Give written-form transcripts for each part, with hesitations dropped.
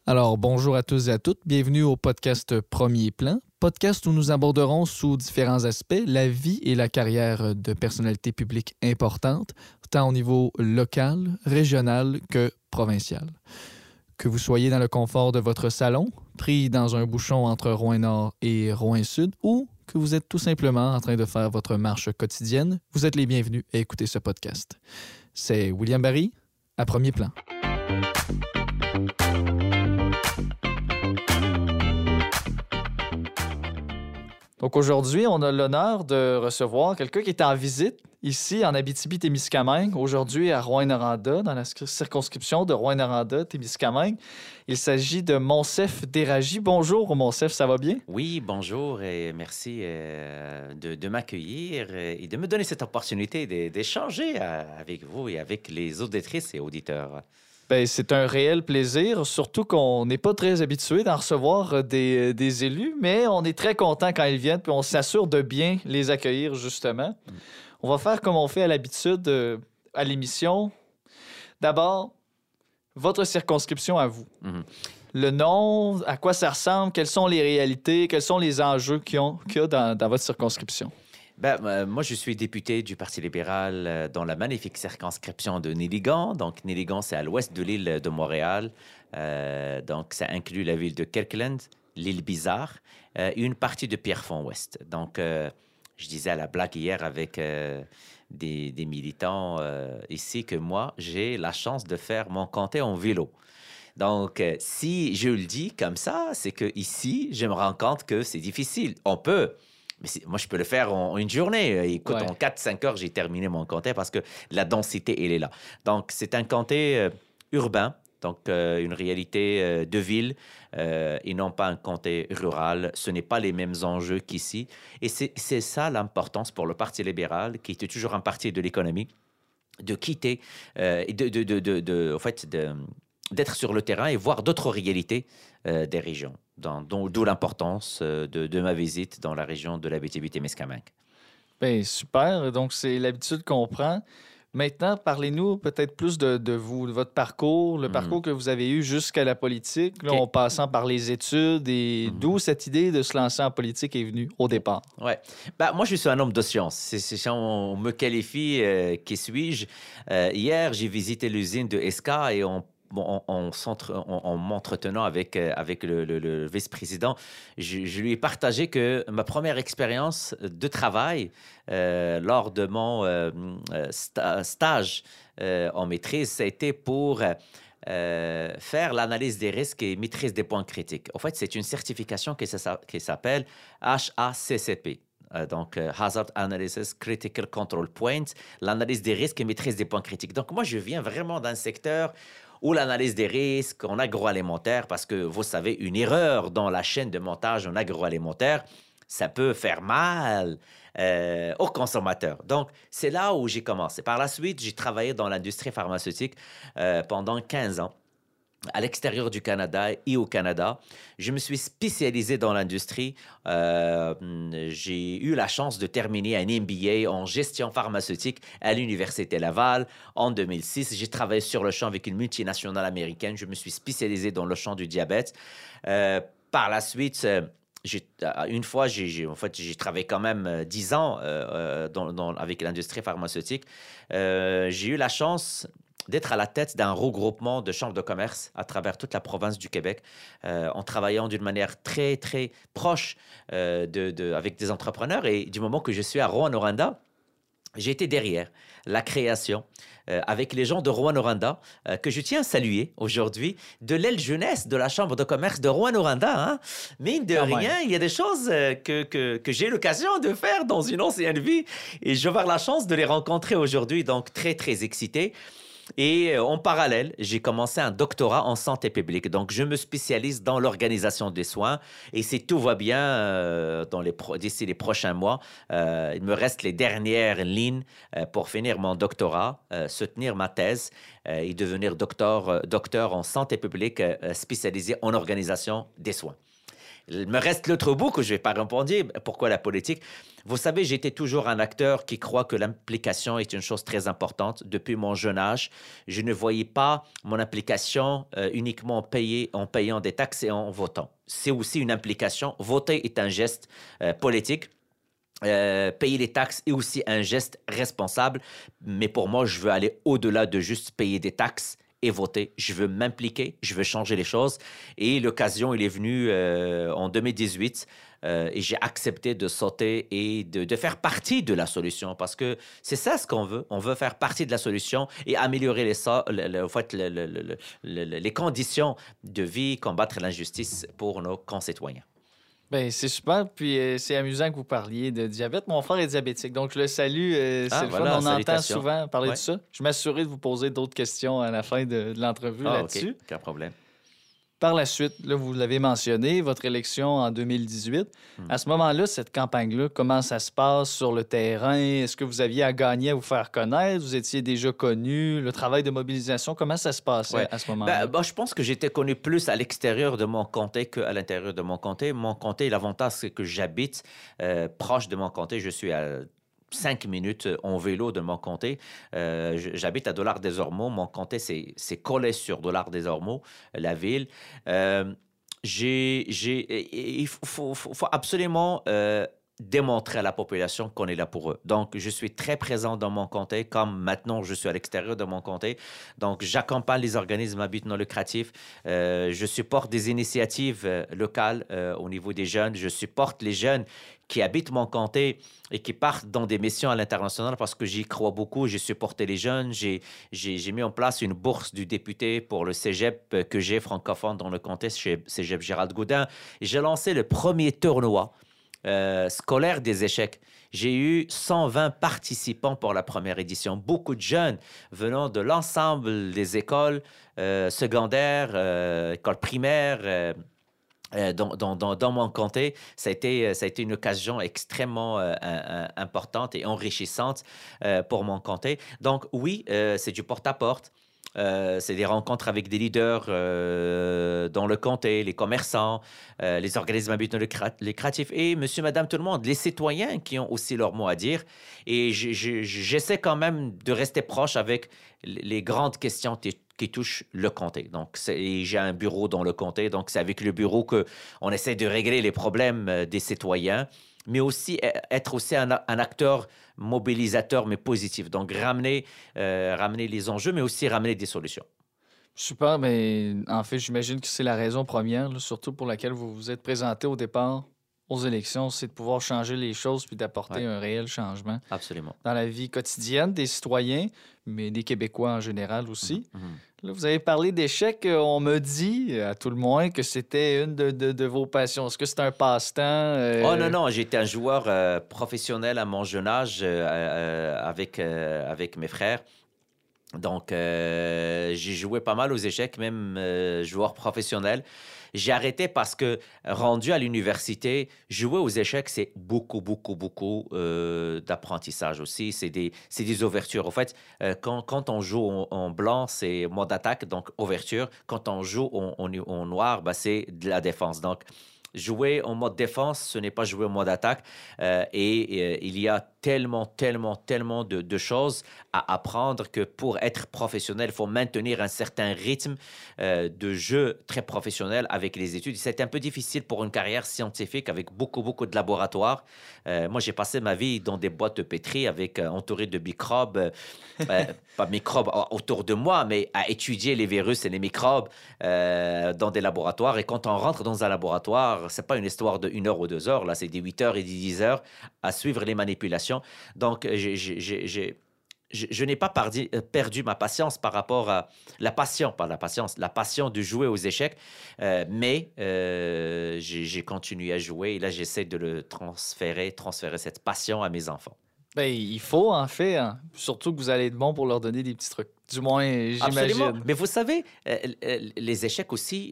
Alors, bonjour à tous et à toutes. Bienvenue au podcast Premier Plan, podcast où nous aborderons sous différents aspects la vie et la carrière de personnalités publiques importantes, tant au niveau local, régional que provincial. Que vous soyez dans le confort de votre salon, pris dans un bouchon entre Rouyn-Nord et Rouyn-Sud, ou que vous êtes tout simplement en train de faire votre marche quotidienne, vous êtes les bienvenus à écouter ce podcast. C'est William Barry, à Premier Plan. Donc aujourd'hui, on a l'honneur de recevoir quelqu'un qui est en visite ici en Abitibi-Témiscamingue, aujourd'hui à Rouyn-Noranda, dans la circonscription de Rouyn-Noranda-Témiscamingue. Il s'agit de Monsef Déragi. Bonjour Monsef, ça va bien? Oui, bonjour et merci de m'accueillir et de me donner cette opportunité d'échanger avec vous et avec les auditrices et auditeurs. Bien, c'est un réel plaisir, surtout qu'on n'est pas très habitué d'en recevoir des élus, mais on est très content quand ils viennent, puis on s'assure de bien les accueillir, justement. On va faire comme on fait à l'habitude à l'émission. D'abord, votre circonscription à vous. Le nom, à quoi ça ressemble, quelles sont les réalités, quels sont les enjeux qu'il y a dans votre circonscription? Moi, je suis député du Parti libéral dans la magnifique circonscription de Néligan. Donc, Néligan, c'est à l'ouest de l'île de Montréal. Donc, ça inclut la ville de Kirkland, l'île Bizarre et une partie de Pierrefonds-Ouest. Donc, je disais à la blague hier avec des militants ici que moi, j'ai la chance de faire mon comté en vélo. Donc, si je le dis comme ça, c'est que ici, je me rends compte que c'est difficile. On peut... Mais moi, je peux le faire en une journée. Écoute, en 4-5 heures, j'ai terminé mon comté parce que la densité, elle est là. Donc, c'est un comté urbain, donc une réalité de ville et non pas un comté rural. Ce n'est pas les mêmes enjeux qu'ici. Et c'est ça l'importance pour le Parti libéral, qui était toujours un parti de l'économie, de quitter et d'être sur le terrain et voir d'autres réalités des régions. D'où l'importance de ma visite dans la région de l'Abitibi-Témiscamingue. Bien, super. Donc, c'est l'habitude qu'on prend. Maintenant, parlez-nous peut-être plus de vous, de votre parcours, le parcours que vous avez eu jusqu'à la politique, là, en passant par les études et d'où cette idée de se lancer en politique est venue au départ. Oui. Moi, je suis un homme de science. Si on me qualifie, qui suis-je? Hier, j'ai visité l'usine de Esca et en m'entretenant avec le vice-président, je lui ai partagé que ma première expérience de travail lors de mon stage en maîtrise, ça a été pour faire l'analyse des risques et maîtrise des points critiques. En fait, c'est une certification qui s'appelle HACCP. Donc, Hazard Analysis Critical Control Points, l'analyse des risques et maîtrise des points critiques. Donc, moi, je viens vraiment d'un secteur où l'analyse des risques en agroalimentaire, parce que vous savez, une erreur dans la chaîne de montage en agroalimentaire, ça peut faire mal aux consommateurs. Donc, c'est là où j'ai commencé. Par la suite, j'ai travaillé dans l'industrie pharmaceutique pendant 15 ans. À l'extérieur du Canada et au Canada. Je me suis spécialisé dans l'industrie. J'ai eu la chance de terminer un MBA en gestion pharmaceutique à l'Université Laval en 2006. J'ai travaillé sur le champ avec une multinationale américaine. Je me suis spécialisé dans le champ du diabète. Par la suite, une fois, j'ai travaillé quand même 10 ans avec l'industrie pharmaceutique. J'ai eu la chance d'être à la tête d'un regroupement de chambres de commerce à travers toute la province du Québec, en travaillant d'une manière très, très proche avec des entrepreneurs. Et du moment que je suis à Rouyn-Noranda, j'ai été derrière la création avec les gens de Rouyn-Noranda, que je tiens à saluer aujourd'hui, de l'aile jeunesse de la Chambre de commerce de Rouyn-Noranda. Hein? Mine de rien, il y a des choses que j'ai l'occasion de faire dans une ancienne vie et je vais avoir la chance de les rencontrer aujourd'hui, donc très, très excité. Et en parallèle, j'ai commencé un doctorat en santé publique. Donc, je me spécialise dans l'organisation des soins. Et si tout va bien, d'ici les prochains mois, il me reste les dernières lignes pour finir mon doctorat, soutenir ma thèse et devenir docteur en santé publique spécialisé en organisation des soins. Il me reste l'autre bout que je ne vais pas répondre. Pourquoi la politique? Vous savez, j'étais toujours un acteur qui croit que l'implication est une chose très importante. Depuis mon jeune âge, je ne voyais pas mon implication uniquement en payant des taxes et en votant. C'est aussi une implication. Voter est un geste politique. Payer les taxes est aussi un geste responsable. Mais pour moi, je veux aller au-delà de juste payer des taxes et voter. Je veux m'impliquer, je veux changer les choses. Et l'occasion, il est venu en 2018 et j'ai accepté de sauter et de faire partie de la solution parce que c'est ça ce qu'on veut. On veut faire partie de la solution et améliorer les conditions de vie, combattre l'injustice pour nos concitoyens. Ben, c'est super, puis c'est amusant que vous parliez de diabète. Mon frère est diabétique, donc je le salue. C'est le fun, on entend souvent parler de ça. Je m'assurerai de vous poser d'autres questions à la fin de l'entrevue là-dessus. OK, aucun problème. Par la suite, là, vous l'avez mentionné, votre élection en 2018. À ce moment-là, cette campagne-là, comment ça se passe sur le terrain? Est-ce que vous aviez à gagner, à vous faire connaître? Vous étiez déjà connu? Le travail de mobilisation, comment ça se passait à ce moment-là? Je pense que j'étais connu plus à l'extérieur de mon comté qu'à l'intérieur de mon comté. Mon comté, l'avantage, c'est que j'habite proche de mon comté. Je suis à 5 minutes en vélo de mon comté. J'habite à Dollard-des-Ormeaux. Mon comté, c'est collé sur Dollard-des-Ormeaux, la ville. Il faut absolument démontrer à la population qu'on est là pour eux. Donc, je suis très présent dans mon comté, comme maintenant je suis à l'extérieur de mon comté. Donc, j'accompagne les organismes à but non lucratif. Je supporte des initiatives locales au niveau des jeunes. Je supporte les jeunes qui habitent mon comté et qui partent dans des missions à l'international parce que j'y crois beaucoup. J'ai supporté les jeunes. J'ai mis en place une bourse du député pour le cégep que j'ai francophone dans le comté, cégep Gérald Gaudin. J'ai lancé le premier tournoi scolaire des échecs. J'ai eu 120 participants pour la première édition. Beaucoup de jeunes venant de l'ensemble des écoles secondaires, écoles primaires, dans mon comté. Ça a été une occasion extrêmement importante et enrichissante pour mon comté. Donc oui, c'est du porte-à-porte. C'est des rencontres avec des leaders dans le comté, les commerçants, les organismes à but non lucratif et monsieur, madame, tout le monde, les citoyens qui ont aussi leur mot à dire. Et j'essaie quand même de rester proche avec les grandes questions qui touchent le comté. Donc, j'ai un bureau dans le comté, donc c'est avec le bureau qu'on essaie de régler les problèmes des citoyens, mais aussi être aussi un acteur mobilisateur, mais positif. Donc, ramener les enjeux, mais aussi ramener des solutions. Super, mais en fait, j'imagine que c'est la raison première, là, surtout pour laquelle vous vous êtes présenté au départ aux élections, c'est de pouvoir changer les choses puis d'apporter un réel changement. Absolument. Dans la vie quotidienne des citoyens, mais des Québécois en général aussi. Là, vous avez parlé d'échecs. On me dit, à tout le moins, que c'était une de vos passions. Est-ce que c'est un passe-temps? Oh non, j'étais un joueur professionnel à mon jeune âge avec mes frères. Donc, j'ai joué pas mal aux échecs, même joueur professionnel. J'ai arrêté parce que, rendu à l'université, jouer aux échecs, c'est beaucoup d'apprentissage aussi. C'est des ouvertures. En fait, quand on joue en blanc, c'est mode attaque, donc ouverture. Quand on joue en noir, c'est de la défense. Donc, jouer en mode défense, ce n'est pas jouer en mode attaque. Il y a tellement de choses à apprendre que pour être professionnel, il faut maintenir un certain rythme de jeu très professionnel avec les études. C'est un peu difficile pour une carrière scientifique avec beaucoup de laboratoires. Moi, j'ai passé ma vie dans des boîtes de pétri entouré de microbes, pas microbes autour de moi, mais à étudier les virus et les microbes dans des laboratoires. Et quand on rentre dans un laboratoire, c'est pas une histoire de 1 heure ou 2 heures. Là, c'est des 8 heures et des 10 heures à suivre les manipulations. Donc, je n'ai pas perdu ma patience par rapport à la passion de jouer aux échecs, mais j'ai continué à jouer et là, j'essaie de transférer cette passion à mes enfants. Bien, il faut, en fait, hein. Surtout que vous allez être bon pour leur donner des petits trucs. Du moins, j'imagine. Absolument. Mais vous savez, les échecs aussi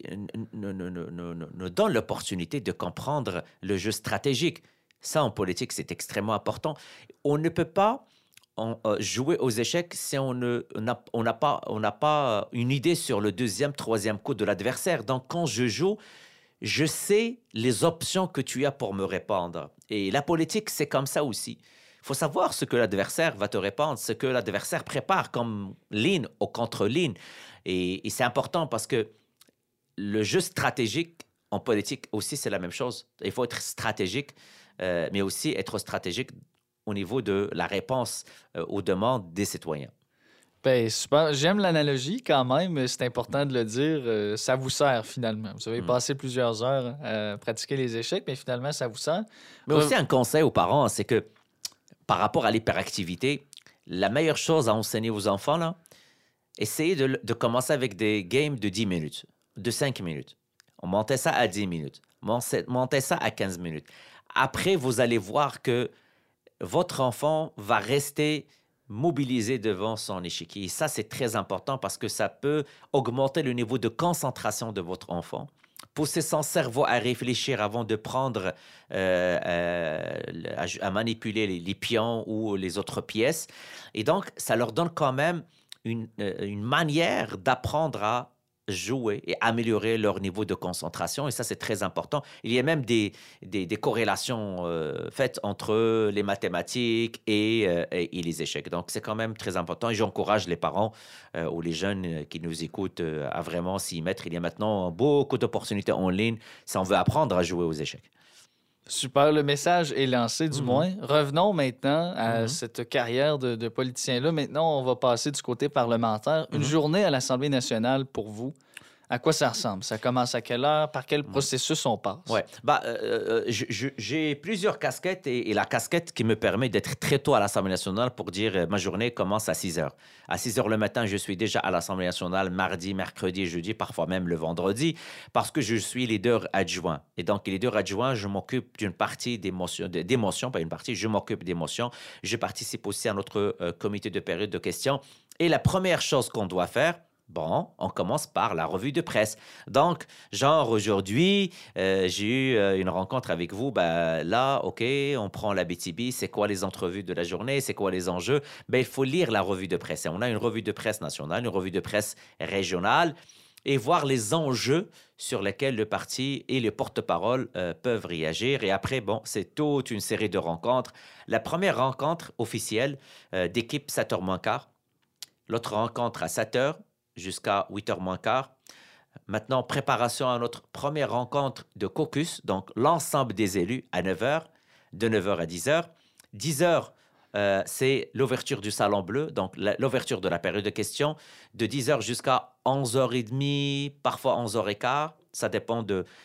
nous donnent l'opportunité de comprendre le jeu stratégique. Ça, en politique, c'est extrêmement important. On ne peut pas jouer aux échecs si on n'a pas une idée sur le 2e, 3e coup de l'adversaire. Donc, quand je joue, je sais les options que tu as pour me répondre. Et la politique, c'est comme ça aussi. Il faut savoir ce que l'adversaire va te répondre, ce que l'adversaire prépare comme ligne ou contre-ligne. Et c'est important parce que le jeu stratégique en politique aussi, c'est la même chose. Il faut être stratégique, mais aussi être stratégique au niveau de la réponse aux demandes des citoyens. Ben, super. J'aime l'analogie quand même, c'est important de le dire. Ça vous sert finalement. Vous avez passé plusieurs heures à pratiquer les échecs, mais finalement, ça vous sert. Mais aussi un conseil aux parents, c'est que par rapport à l'hyperactivité, la meilleure chose à enseigner aux enfants, là, essayez de commencer avec des games de 10 minutes, de 5 minutes. On montait ça à 10 minutes, montez ça à 15 minutes. Après, vous allez voir que votre enfant va rester mobilisé devant son échiquier. Et ça, c'est très important parce que ça peut augmenter le niveau de concentration de votre enfant, pousser son cerveau à réfléchir avant de prendre, à manipuler les pions ou les autres pièces. Et donc, ça leur donne quand même une manière d'apprendre à jouer et améliorer leur niveau de concentration. Et ça, c'est très important. Il y a même des corrélations faites entre les mathématiques et les échecs. Donc, c'est quand même très important. Et j'encourage les parents ou les jeunes qui nous écoutent à vraiment s'y mettre. Il y a maintenant beaucoup d'opportunités en ligne si on veut apprendre à jouer aux échecs. Super, le message est lancé du moins. Revenons maintenant à cette carrière de politicien-là. Maintenant, on va passer du côté parlementaire. Une journée à l'Assemblée nationale pour vous, à quoi ça ressemble? Ça commence à quelle heure? Par quel processus on passe? Oui, j'ai plusieurs casquettes et la casquette qui me permet d'être très tôt à l'Assemblée nationale pour dire ma journée commence à 6 heures. À 6 heures le matin, je suis déjà à l'Assemblée nationale mardi, mercredi, jeudi, parfois même le vendredi, parce que je suis leader adjoint. Et donc, leader adjoint, je m'occupe d'une partie des motions, pas une partie, je m'occupe des motions. Je participe aussi à notre comité de période de questions. Et la première chose qu'on doit faire, bon, on commence par la revue de presse. Donc, genre aujourd'hui, j'ai eu une rencontre avec vous. Ben, là, OK, on prend la BTB. C'est quoi les entrevues de la journée? C'est quoi les enjeux? Ben, il faut lire la revue de presse. Et on a une revue de presse nationale, une revue de presse régionale et voir les enjeux sur lesquels le parti et les porte-parole peuvent réagir. Et après, bon, c'est toute une série de rencontres. La première rencontre officielle d'équipe 7h moins quart. L'autre rencontre à 7h jusqu'à 8h moins quart. Maintenant, préparation à notre première rencontre de caucus, donc l'ensemble des élus à 9h, de 9h à 10h. 10h, c'est l'ouverture du Salon Bleu, donc l'ouverture de la période de questions, de 10h jusqu'à 11h30, parfois 11h15. Ça dépend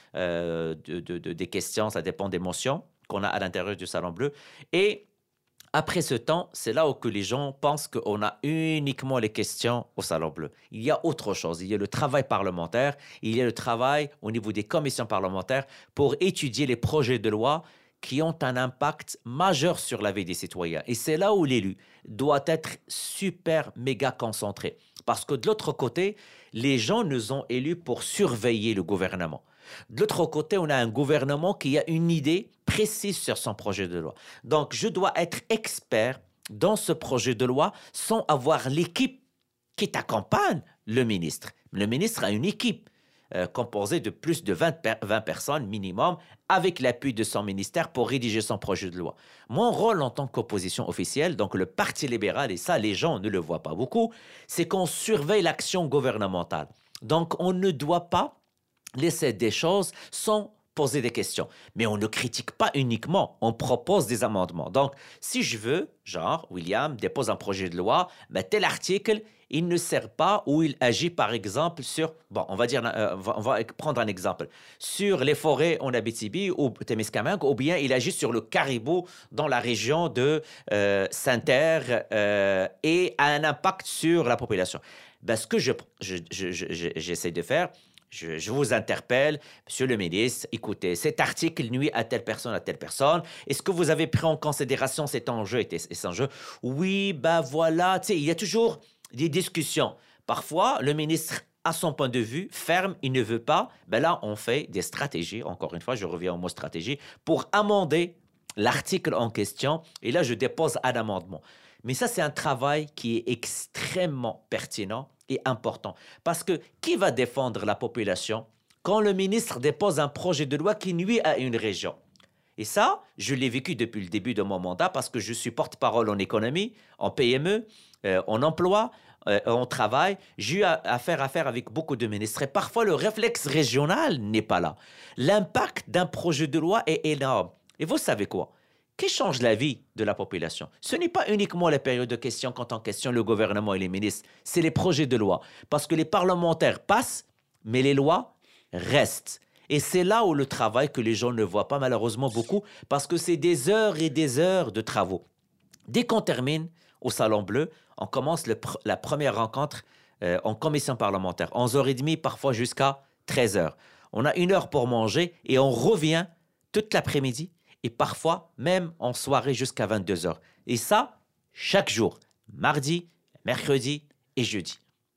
des questions, ça dépend des motions qu'on a à l'intérieur du Salon Bleu. Et après ce temps, c'est là où que les gens pensent qu'on a uniquement les questions au Salon Bleu. Il y a autre chose. Il y a le travail parlementaire, il y a le travail au niveau des commissions parlementaires pour étudier les projets de loi qui ont un impact majeur sur la vie des citoyens. Et c'est là où l'élu doit être super méga concentré. Parce que de l'autre côté, les gens nous ont élus pour surveiller le gouvernement. De l'autre côté, on a un gouvernement qui a une idée précise sur son projet de loi. Donc, je dois être expert dans ce projet de loi sans avoir l'équipe qui t'accompagne le ministre. Le ministre a une équipe composée de plus de 20 personnes minimum avec l'appui de son ministère pour rédiger son projet de loi. Mon rôle en tant qu'opposition officielle, donc le Parti libéral, et ça, les gens ne le voient pas beaucoup, c'est qu'on surveille l'action gouvernementale. Donc, on ne doit pas laisser des choses sans poser des questions. Mais on ne critique pas uniquement, on propose des amendements. Donc, si je veux, genre, William dépose un projet de loi, mais tel article, il ne sert pas ou il agit, par exemple, sur... Bon, on va prendre un exemple. Sur les forêts en Abitibi ou Témiscamingue, ou bien il agit sur le caribou dans la région de Sainte-Terre et a un impact sur la population. Ben, ce que j'essaie de faire, je vous interpelle, monsieur le ministre, écoutez, cet article nuit à telle personne, Est-ce que vous avez pris en considération cet enjeu et cet enjeu? Oui, ben voilà, tu sais, il y a toujours des discussions. Parfois, le ministre a son point de vue, ferme, il ne veut pas. Ben là, on fait des stratégies, encore une fois, je reviens au mot stratégie, pour amender l'article en question. Et là, je dépose un amendement. Mais ça, c'est un travail qui est extrêmement pertinent et important. Parce que qui va défendre la population quand le ministre dépose un projet de loi qui nuit à une région. Et ça, je l'ai vécu depuis le début de mon mandat parce que je suis porte-parole en économie, en PME, en emploi, en travail. J'ai eu à faire affaire avec beaucoup de ministres et parfois le réflexe régional n'est pas là. L'impact d'un projet de loi est énorme. Et vous savez quoi? Qui change la vie de la population? Ce n'est pas uniquement la période de questions quand on questionne le gouvernement et les ministres, c'est les projets de loi. Parce que les parlementaires passent, mais les lois restent. Et c'est là où le travail que les gens ne voient pas malheureusement beaucoup, parce que c'est des heures et des heures de travaux. Dès qu'on termine au Salon Bleu, on commence la première rencontre en commission parlementaire, 11h30, parfois jusqu'à 13h. On a 1 heure pour manger et on revient toute l'après-midi et parfois même en soirée jusqu'à 22h. Et ça, chaque jour, mardi, mercredi et jeudi.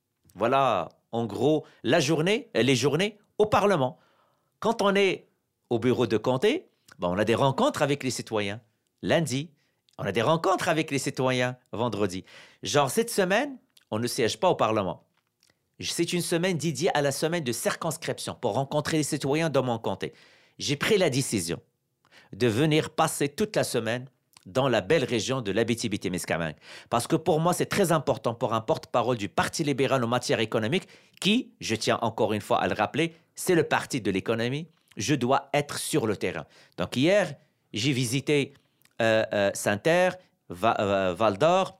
Voilà, en gros, les journées au Parlement. Quand on est au bureau de comté, on a des rencontres avec les citoyens lundi. On a des rencontres avec les citoyens vendredi. Genre, cette semaine, on ne siège pas au Parlement. C'est une semaine dédiée à la semaine de circonscription pour rencontrer les citoyens dans mon comté. J'ai pris la décision de venir passer toute la semaine dans la belle région de l'Abitibi-Témiscamingue. Parce que pour moi, c'est très important pour un porte-parole du Parti libéral en matière économique qui, je tiens encore une fois à le rappeler, c'est le parti de l'économie. Je dois être sur le terrain. Donc hier, j'ai visité Sainte-Terre, Val-d'Or,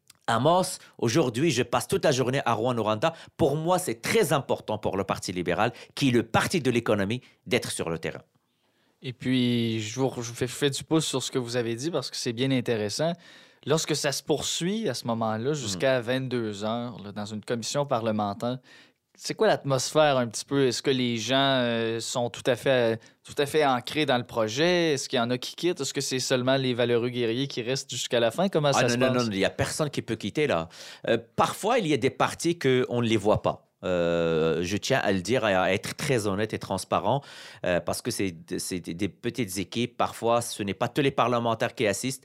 Amos. Aujourd'hui, je passe toute la journée à Rouen-Noranda. Pour moi, c'est très important pour le Parti libéral, qui est le parti de l'économie, d'être sur le terrain. Et puis, je fais du pouce sur ce que vous avez dit parce que c'est bien intéressant. Lorsque ça se poursuit à ce moment-là, jusqu'à 22 heures, là, dans une commission parlementaire, c'est quoi l'atmosphère un petit peu? Est-ce que les gens sont tout à fait ancrés dans le projet? Est-ce qu'il y en a qui quittent? Est-ce que c'est seulement les valeureux guerriers qui restent jusqu'à la fin? Comment ça se passe? Non, il n'y a personne qui peut quitter là. Parfois, il y a des partis qu'on ne les voit pas. Je tiens à le dire, à être très honnête et transparent, parce que c'est des petites équipes. Parfois, ce n'est pas tous les parlementaires qui assistent,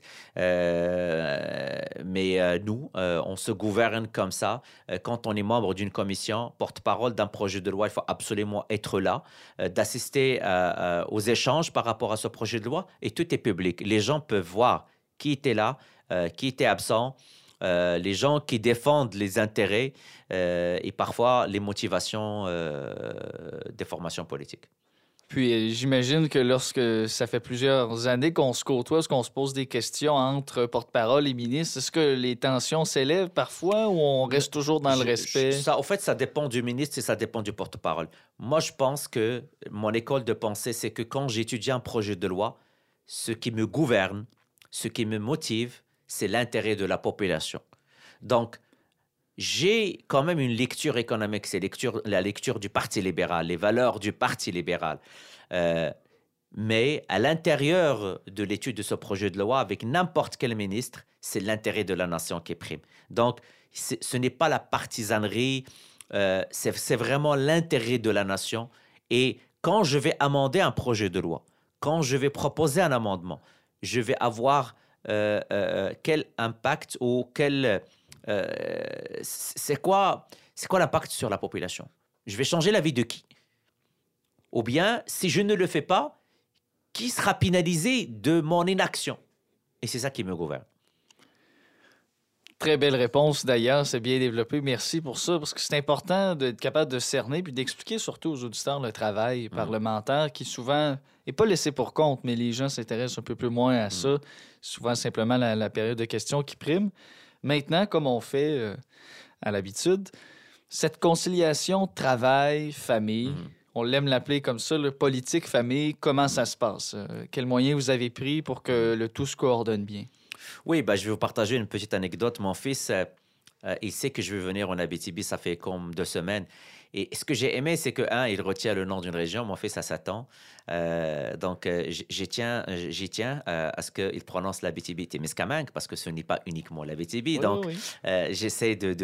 mais nous, on se gouverne comme ça. Quand on est membre d'une commission, porte-parole d'un projet de loi, il faut absolument être là, d'assister aux échanges par rapport à ce projet de loi, et tout est public. Les gens peuvent voir qui était là, qui était absent. Les gens qui défendent les intérêts et parfois les motivations des formations politiques. Puis j'imagine que lorsque ça fait plusieurs années qu'on se côtoie, est-ce qu'on se pose des questions entre porte-parole et ministre? Est-ce que les tensions s'élèvent parfois ou on reste toujours dans le respect? En fait, ça dépend du ministre et ça dépend du porte-parole. Moi, je pense que mon école de pensée, c'est que quand j'étudie un projet de loi, ce qui me gouverne, ce qui me motive, c'est l'intérêt de la population. Donc, j'ai quand même une lecture économique, c'est la lecture du Parti libéral, les valeurs du Parti libéral. Mais à l'intérieur de l'étude de ce projet de loi, avec n'importe quel ministre, c'est l'intérêt de la nation qui prime. Donc, ce n'est pas la partisanerie, c'est vraiment l'intérêt de la nation. Et quand je vais amender un projet de loi, quand je vais proposer un amendement, je vais avoir quel impact ou c'est quoi l'impact sur la population? Je vais changer la vie de qui? Ou bien, si je ne le fais pas, qui sera pénalisé de mon inaction? Et c'est ça qui me gouverne. Très belle réponse d'ailleurs, c'est bien développé. Merci pour ça, parce que c'est important d'être capable de cerner puis d'expliquer surtout aux auditeurs le travail parlementaire qui souvent n'est pas laissé pour compte, mais les gens s'intéressent un peu plus moins à ça. Souvent simplement la période de questions qui prime. Maintenant, comme on fait à l'habitude, cette conciliation travail-famille, on l'aime l'appeler comme ça, le politique-famille, comment ça se passe? Quels moyens vous avez pris pour que le tout se coordonne bien? Oui, je vais vous partager une petite anecdote. Mon fils, il sait que je vais venir en Abitibi, ça fait comme 2 semaines. Et ce que j'ai aimé, c'est que, il retient le nom d'une région. Mon fils a 7 ans. Donc, j'y tiens à ce qu'il prononce l'Abitibi-Témiscamingue, parce que ce n'est pas uniquement l'Abitibi. Oui, donc, oui. J'essaie de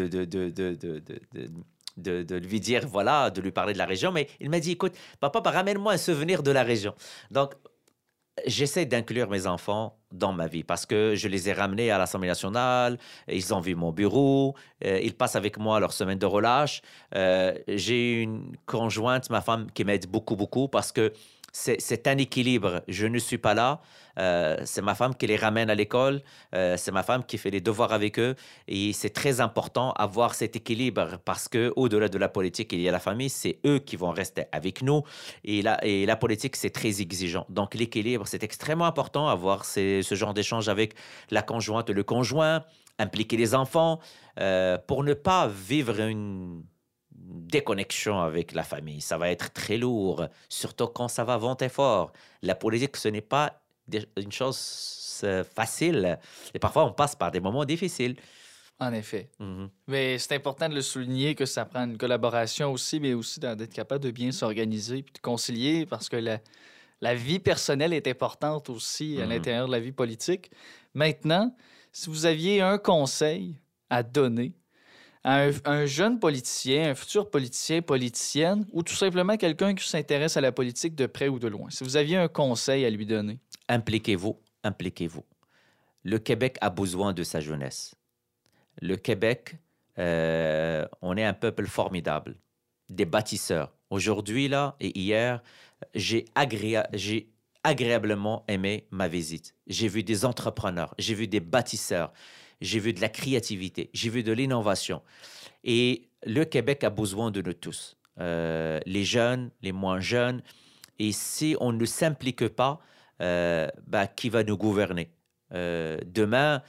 lui dire, voilà, de lui parler de la région. Mais il m'a dit, écoute, papa, ramène-moi un souvenir de la région. Donc, j'essaie d'inclure mes enfants dans ma vie parce que je les ai ramenés à l'Assemblée nationale, ils ont vu mon bureau, ils passent avec moi leur semaine de relâche. J'ai une conjointe, ma femme, qui m'aide beaucoup, beaucoup parce que c'est un équilibre. Je ne suis pas là. C'est ma femme qui les ramène à l'école. C'est ma femme qui fait les devoirs avec eux. Et c'est très important avoir cet équilibre parce que au-delà de la politique, il y a la famille. C'est eux qui vont rester avec nous. Et la politique, c'est très exigeant. Donc, l'équilibre, c'est extrêmement important, avoir ce genre d'échange avec la conjointe, le conjoint, impliquer les enfants pour ne pas vivre une déconnexion avec la famille. Ça va être très lourd, surtout quand ça va vanter fort. La politique, ce n'est pas une chose facile. Et parfois, on passe par des moments difficiles. En effet. Mhm. Mais c'est important de le souligner que ça prend une collaboration aussi, mais aussi d'être capable de bien s'organiser et de concilier parce que la vie personnelle est importante aussi à l'intérieur de la vie politique. Maintenant, si vous aviez un conseil à donner à un jeune politicien, un futur politicien, politicienne, ou tout simplement quelqu'un qui s'intéresse à la politique de près ou de loin, si vous aviez un conseil à lui donner. Impliquez-vous, impliquez-vous. Le Québec a besoin de sa jeunesse. Le Québec, on est un peuple formidable, des bâtisseurs. Aujourd'hui, là, et hier, j'ai agréablement aimé ma visite. J'ai vu des entrepreneurs, j'ai vu des bâtisseurs, j'ai vu de la créativité, j'ai vu de l'innovation. Et le Québec a besoin de nous tous, les jeunes, les moins jeunes. Et si on ne s'implique pas, qui va nous gouverner? Demain,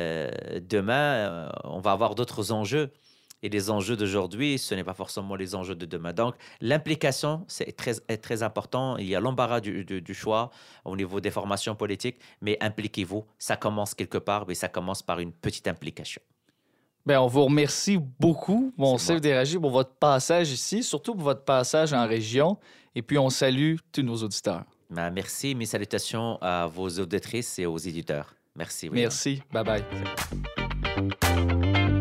on va avoir d'autres enjeux. Et les enjeux d'aujourd'hui, ce n'est pas forcément les enjeux de demain. Donc, l'implication, est très important. Il y a l'embarras du choix au niveau des formations politiques, mais impliquez-vous. Ça commence quelque part, mais ça commence par une petite implication. Bien, on vous remercie beaucoup, mon C'est moi. Steve Déragi, pour votre passage ici, surtout pour votre passage en région. Et puis, on salue tous nos auditeurs. Merci. Mes salutations à vos auditrices et aux éditeurs. Merci. William. Merci. Bye-bye.